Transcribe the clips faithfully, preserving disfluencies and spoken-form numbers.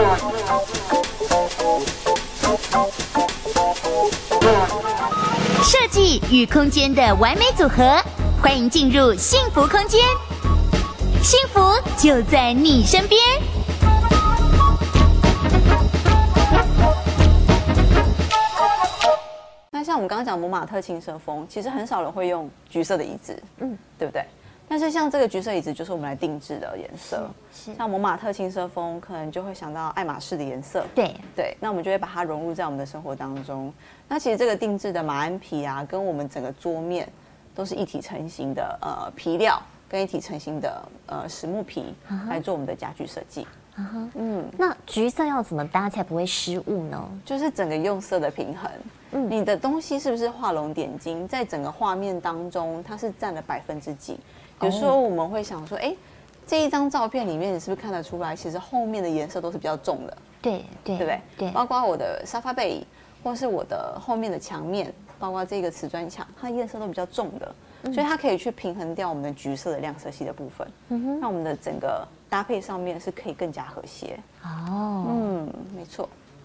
设计与空间的完美组合，欢迎进入幸福空间，幸福就在你身边。 那像我们刚刚讲蒙马特轻奢风，其实很少人会用橘色的椅子，嗯，对不对？但是像这个橘色椅子就是我们来定制的颜色，像蒙马特轻奢风可能就会想到爱马仕的颜色， 对对，那我们就会把它融入在我们的生活当中。那其实这个定制的马鞍皮啊，跟我们整个桌面都是一体成型的呃皮料，跟一体成型的呃实木皮来做我们的家具设计。 嗯, 嗯，那橘色要怎么搭才不会失误呢？ 就是整个用色的平衡。嗯，你的东西是不是画龙点睛，在整个画面当中，它是占了百分之几？有时候我们会想说，哎、欸，这一张照片里面，你是不是看得出来，其实后面的颜色都是比较重的？ 对对，对不对？ 对， 包括我的沙发背，或是我的后面的墙面，包括这个瓷砖墙，它的颜色都比较重的，嗯、所以它可以去平衡掉我们的橘色的亮色系的部分，嗯哼，让我们的整个搭配上面是可以更加和谐。哦，嗯，没错。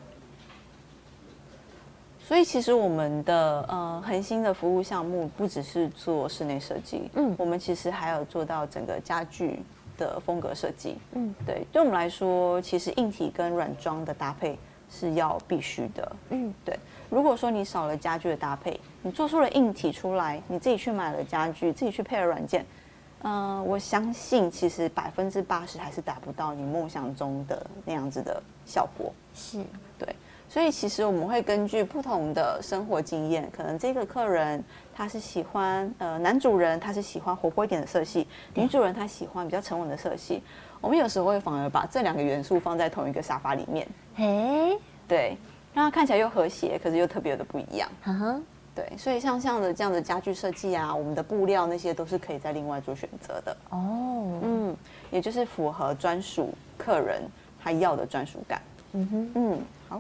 所以其实我们的呃恒星的服务项目不只是做室内设计，嗯，我们其实还有做到整个家具的风格设计，嗯，对，对我们来说，其实硬体跟软装的搭配是要必须的，嗯，对。如果说你少了家具的搭配，你做出了硬体出来，你自己去买了家具，自己去配了软件，嗯、呃，我相信其实百分之八十还是达不到你梦想中的那样子的效果， 是， 对。所以其实我们会根据不同的生活经验，可能这个客人他是喜欢呃男主人他是喜欢活泼一点的色系，女主人他喜欢比较沉稳的色系。我们有时候会反而把这两个元素放在同一个沙发里面，嘿，对，让它看起来又和谐，可是又特别的不一样。嗯哼，对，所以像像的这样的家具设计啊，我们的布料那些都是可以再另外做选择的。哦，嗯，也就是符合专属客人他要的专属感。嗯哼，嗯，好。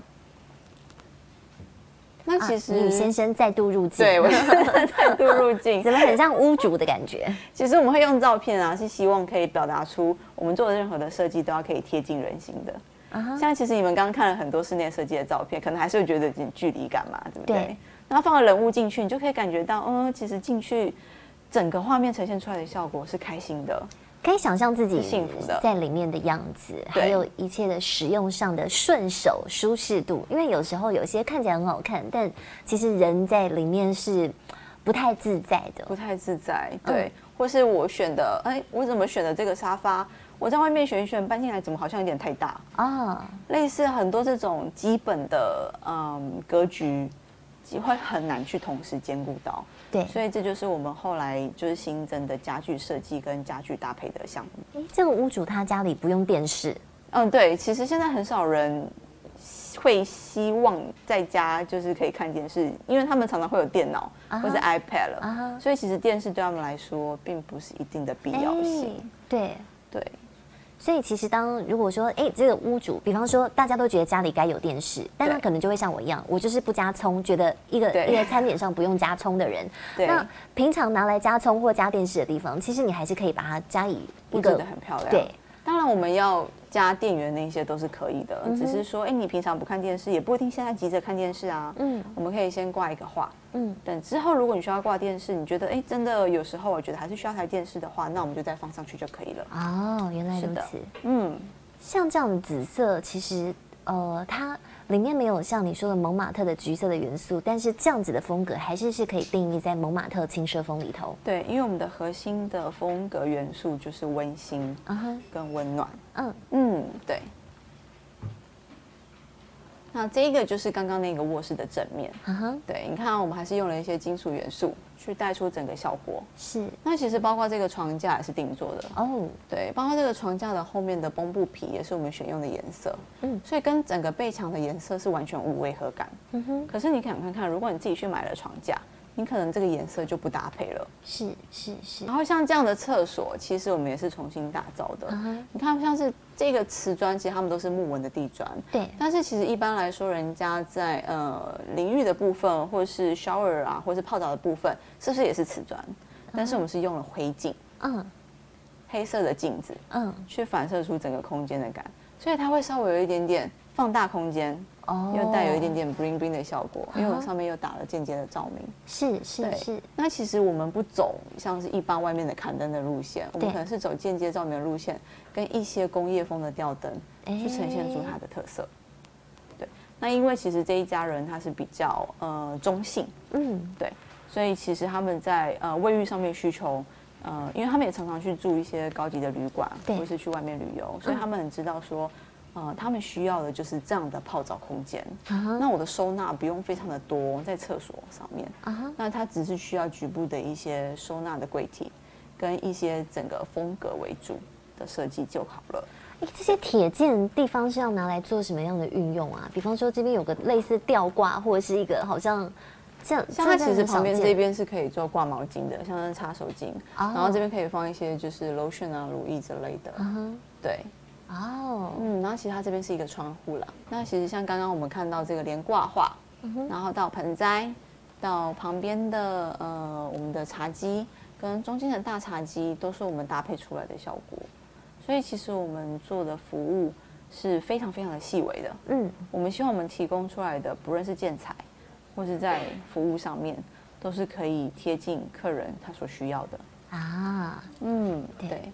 那其实、 啊、李先生再度入境， 对，我再度入境， 怎么很像屋主的感觉？ 其实我们会用照片啊，是希望可以表达出我们做的任何的设计都要可以贴近人心的。Uh-huh. 像其实你们刚刚看了很多室内设计的照片，可能还是会觉得有点距离感嘛，对不对？对，那放了人物进去，你就可以感觉到，嗯，其实进去整个画面呈现出来的效果是开心的。 可以想象自己幸福的在里面的样子，还有一切的使用上的顺手舒适度。因为有时候有些看起来很好看，但其实人在里面是不太自在的， 不太自在。对，嗯、或是我选的，哎，我怎么选的这个沙发？我在外面选一选，搬进来怎么好像有点太大啊？类似很多这种基本的嗯格局，会很难去同时兼顾到。对，所以这就是我们后来就是新增的家具设计跟家具搭配的项目。 欸、这个屋主他家里不用电视？ 嗯，对，其实现在很少人会希望在家就是可以看电视，因为他们常常会有电脑、uh-huh. 或者 iPad 了，uh-huh. 所以其实电视对他们来说并不是一定的必要性。欸、 对对。 所以其实当如果说，哎，这个屋主，比方说大家都觉得家里该有电视，但他可能就会像我一样，我就是不加葱，觉得一个一个餐点上不用加葱的人。那平常拿来加葱或加电视的地方，其实你还是可以把它加以一个布置得很漂亮。 对， 当然我们要加电源那些都是可以的，嗯、只是说，哎，你平常不看电视，也不一定现在急着看电视啊。嗯，我们可以先挂一个画。嗯，等之后如果你需要挂电视，你觉得哎真的有时候我觉得还是需要台电视的话，那我们就再放上去就可以了。 哦，原来如此。嗯，像这样的紫色，其实呃它里面没有像你说的蒙马特的橘色的元素，但是这样子的风格还是是可以定义在蒙马特轻奢风里头。 对，因为我们的核心的风格元素就是温馨跟温暖。嗯嗯，对。那这一个就是刚刚那个卧室的正面， uh-huh. 对，你看我们还是用了一些金属元素去带出整个效果。是，那其实包括这个床架也是定做的哦， oh. 对，包括这个床架的后面的绷布皮也是我们选用的颜色，嗯，所以跟整个背墙的颜色是完全无违和感。嗯哼，可是你想看看，如果你自己去买了床架，你可能这个颜色就不搭配了。 是是是。 然后像这样的厕所，其实我们也是重新打造的。Uh-huh. 你看，像是这个瓷砖，其实他们都是木纹的地砖。对。但是其实一般来说，人家在呃淋浴的部分，或是 shower 啊，或是泡澡的部分，是不是也是瓷砖？ Uh-huh. 但是我们是用了灰镜，嗯，黑色的镜子，嗯，去反射出整个空间的感。 所以它会稍微有一点点放大空间。哦，又带有一点点 bling bling 的效果，因为我上面又打了间接的照明。 是是是。 那其实我们不走像是一般外面的砍灯的路线，我们可能是走间接照明的路线，跟一些工业风的吊灯，去呈现出它的特色。对，那因为其实这一家人他是比较呃中性，嗯，对，所以其实他们在呃卫浴上面需求，呃，因为他们也常常去住一些高级的旅馆，或者是去外面旅游，所以他们很知道说。呃，他们需要的就是这样的泡澡空间。Uh-huh. 那我的收纳不用非常的多在厕所上面， uh-huh. 那它只是需要局部的一些收纳的柜体，跟一些整个风格为主的设计就好了。 欸、这些铁件地方是要拿来做什么样的运用啊？比方说这边有个类似吊挂，或者是一个好像这样， 像它其实旁边这边是可以做挂毛巾的，像是擦手巾， uh-huh. 然后这边可以放一些就是 lotion 啊、乳液之类的。Uh-huh. 对。哦，嗯，然后其实它这边是一个窗户啦。那其实像刚刚我们看到这个连挂画，嗯、然后到盆栽，到旁边的呃我们的茶几跟中间的大茶几，都是我们搭配出来的效果。所以其实我们做的服务是非常非常的细微的。嗯，我们希望我们提供出来的，不论是建材或是在服务上面，都是可以贴近客人他所需要的啊。嗯，对。对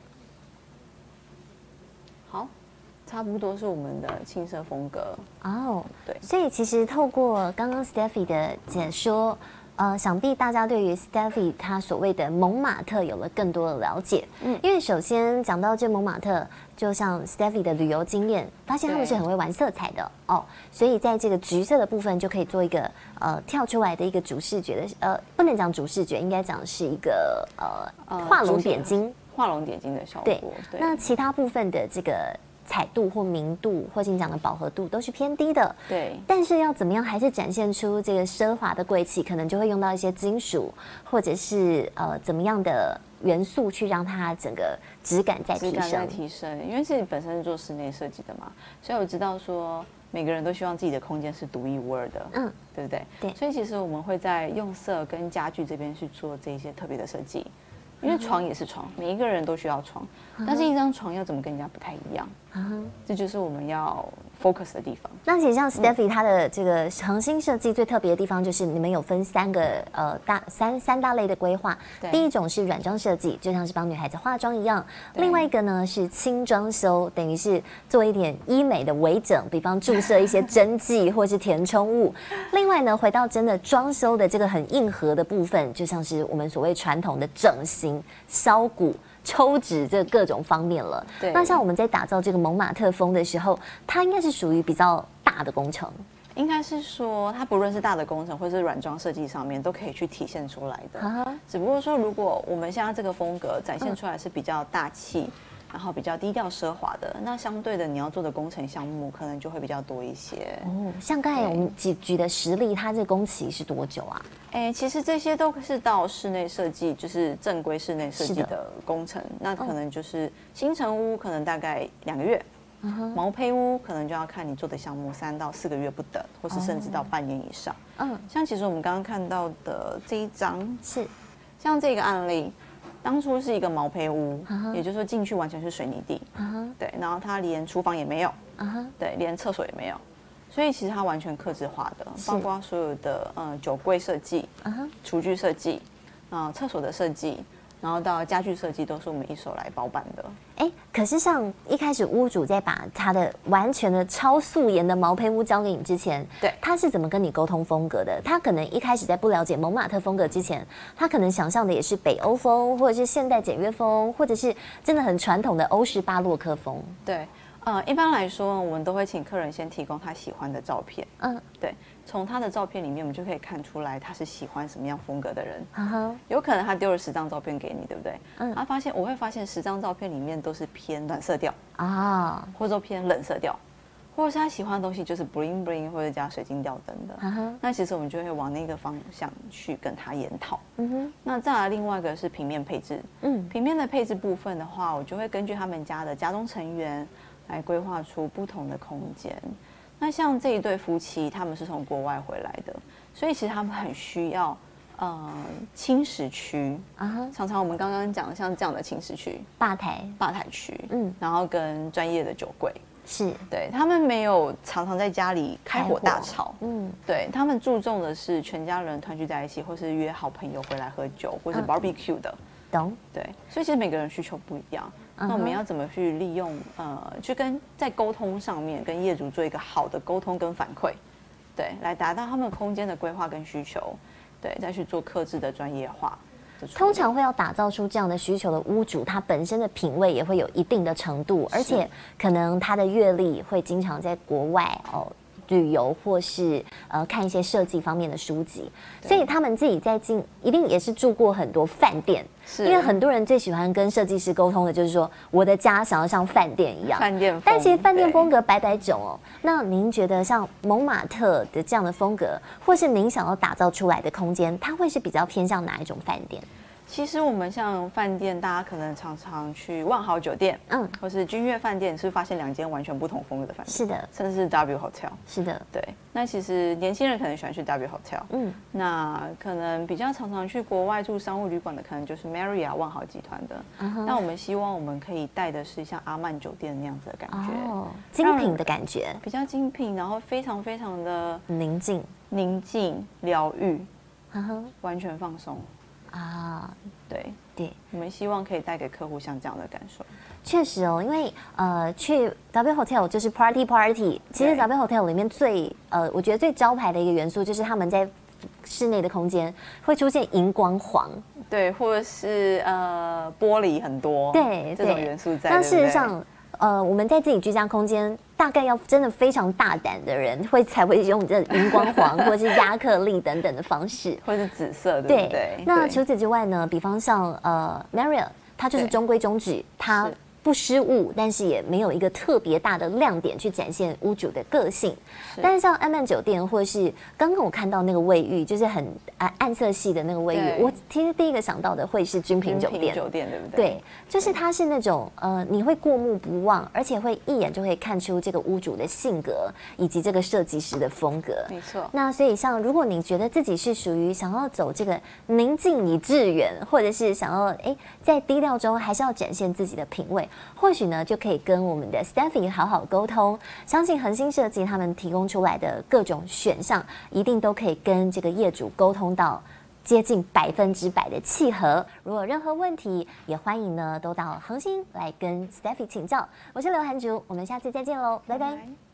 好，差不多是我们的轻奢风格哦。对，所以其实透过刚刚 Steffi 的解说，呃，想必大家对于 Steffi 他所谓的蒙马特有了更多的了解。嗯，因为首先讲到这蒙马特，就像 Steffi 的旅游经验，发现他们是很会玩色彩的哦，所以在这个橘色的部分就可以做一个呃跳出来的一个主视觉的呃，不能讲主视觉，应该讲是一个呃画龙点睛。 画龙点睛的效果。 对，那其他部分的这个彩度或明度，或是你讲的饱和度，都是偏低的。 对， 但是要怎么样还是展现出这个奢华的贵气，可能就会用到一些金属，或者是呃怎么样的元素去让它整个质感再提升。 质感再提升，因为自己本身是做室内设计的嘛，所以我知道说每个人都希望自己的空间是独一无二的，嗯，对不对？ 对， 所以其实我们会在用色跟家具这边去做这一些特别的设计。因为床也是床，每一个人都需要床，但是一张床要怎么跟人家不太一样，这就是我们要 focus 的地方。 那其实像 Steffi 它的这个恒星设计最特别的地方，就是你们有分三个呃大三三大类的规划。第一种是软装设计，就像是帮女孩子化妆一样；另外一个呢是轻装修，等于是做一点医美的微整，比方注射一些针剂或是填充物。另外呢，回到真的装修的这个很硬核的部分，就像是我们所谓传统的整形、削骨、抽脂这各种方面了。那像我们在打造这个蒙马特风的时候，它应该是属于比较大的工程。 应该是说，它不论是大的工程或是软装设计上面，都可以去体现出来的。Uh-huh. 只不过说，如果我们现在这个风格展现出来是比较大气，嗯、然后比较低调奢华的，那相对的你要做的工程项目可能就会比较多一些。 哦，像刚才我们举举的实例，它这个工期是多久啊？ 哎，其实这些都是到室内设计，就是正规室内设计的工程，那可能就是新成屋，可能大概两个月。Uh-huh. 毛坯屋可能就要看你做的项目三到四个月不等，或是甚至到半年以上。嗯、uh-huh. 像其实我们刚刚看到的这一张是， 像这个案例，当初是一个毛坯屋， uh-huh. 也就是说进去完全是水泥地， uh-huh. 对，然后它连厨房也没有， uh-huh. 对，连厕所也没有，所以其实它完全客制化的，包括所有的呃酒柜设计、uh-huh. 厨具设计、啊、呃、厕所的设计。然后到家具设计都是我们一手来包办的。 哎，可是像一开始屋主在把他的完全的超素颜的毛坯屋交给你之前， 对， 他是怎么跟你沟通风格的？他可能一开始在不了解蒙马特风格之前，他可能想象的也是北欧风，或者是现代简约风，或者是真的很传统的欧式巴洛克风。 对，呃，一般来说，我们都会请客人先提供他喜欢的照片。嗯，对。从他的照片里面，我们就可以看出来他是喜欢什么样风格的人。Uh-huh. 有可能他丢了十张照片给你，对不对？嗯。他发现我会发现十张照片里面都是偏暖色调啊， uh-huh. 或者说偏冷色调，或者是他喜欢的东西就是 bling bling 或者加水晶吊灯的。Uh-huh. 那其实我们就会往那个方向去跟他研讨。嗯哼。那再来另外一个是平面配置。嗯。平面的配置部分的话，我就会根据他们家的家中成员来规划出不同的空间。那像这一对夫妻，他们是从国外回来的，所以其实他们很需要呃轻食区啊。Uh-huh. 常常我们刚刚讲像这样的轻食区， 吧台、 吧台区，嗯，然后跟专业的酒柜， 是对他们没有常常在家里开火大吵，嗯，对他们注重的是全家人团聚在一起，或是约好朋友回来喝酒，或是 barbecue 的。 懂， 对，所以其实每个人需求不一样，那我们要怎么去利用呃，去跟在沟通上面跟业主做一个好的沟通跟反馈，对，来达到他们空间的规划跟需求，对，再去做客制的专业化。 通常会要打造出这样的需求的屋主，他本身的品味也会有一定的程度，而且可能他的阅历会经常在国外哦。旅游或是呃看一些设计方面的书籍，所以他们自己在进一定也是住过很多饭店，因为很多人最喜欢跟设计师沟通的就是说我的家想要像饭店一样， 饭店风， 但其实饭店风格百百种哦。那您觉得像蒙马特的这样的风格，或是您想要打造出来的空间，它会是比较偏向哪一种饭店？ 其实我们像饭店，大家可能常常去万豪酒店，嗯，或是君悦饭店，是不是发现两间完全不同风格的饭店？ 是的， 甚至是 W Hotel。 是的， 对。那其实年轻人可能喜欢去 W Hotel，嗯，那可能比较常常去国外住商务旅馆的，可能就是 Marriott 万豪集团的。Uh-huh. 那我们希望我们可以带的是像阿曼酒店那样子的感觉，哦， 精品的感觉， 比较精品，然后非常非常的宁静、 宁静、疗愈，uh huh. 完全放松。啊，对对， 我们希望可以带给客户像这样的感受。 确实哦，因为呃，去 W Hotel 就是 Party Party， 其实 W Hotel 里面最呃，我觉得最招牌的一个元素就是他们在室内的空间会出现荧光黄， 对，或者是呃玻璃很多， 对这种元素在。 那事实上，呃，我们在自己居家空间，大概要真的非常大胆的人，会才会用这荧光黄或者是亚克力等等的方式， 或是紫色，对不对？ 那除此之外呢，比方像呃 Marriott， 它就是中规中矩，它不失误，但是也没有一个特别大的亮点去展现屋主的个性。但是像安曼酒店，或者是刚刚我看到那个卫浴，就是很暗暗色系的那个卫浴，我其实第一个想到的会是君品酒店， 酒店对不对？ 对，就是它是那种呃，你会过目不忘，而且会一眼就会看出这个屋主的性格以及这个设计师的风格。 没错。 那所以像如果你觉得自己是属于想要走这个宁静以致远，或者是想要哎在低调中还是要展现自己的品味。或许呢，就可以跟我们的 Steffi 好好沟通。相信恒星设计他们提供出来的各种选项，一定都可以跟这个业主沟通到接近百分之百的契合。如果有任何问题，也欢迎呢都到恒星来跟 Steffi 请教。我是刘涵竹，我们下次再见喽，拜拜。拜拜。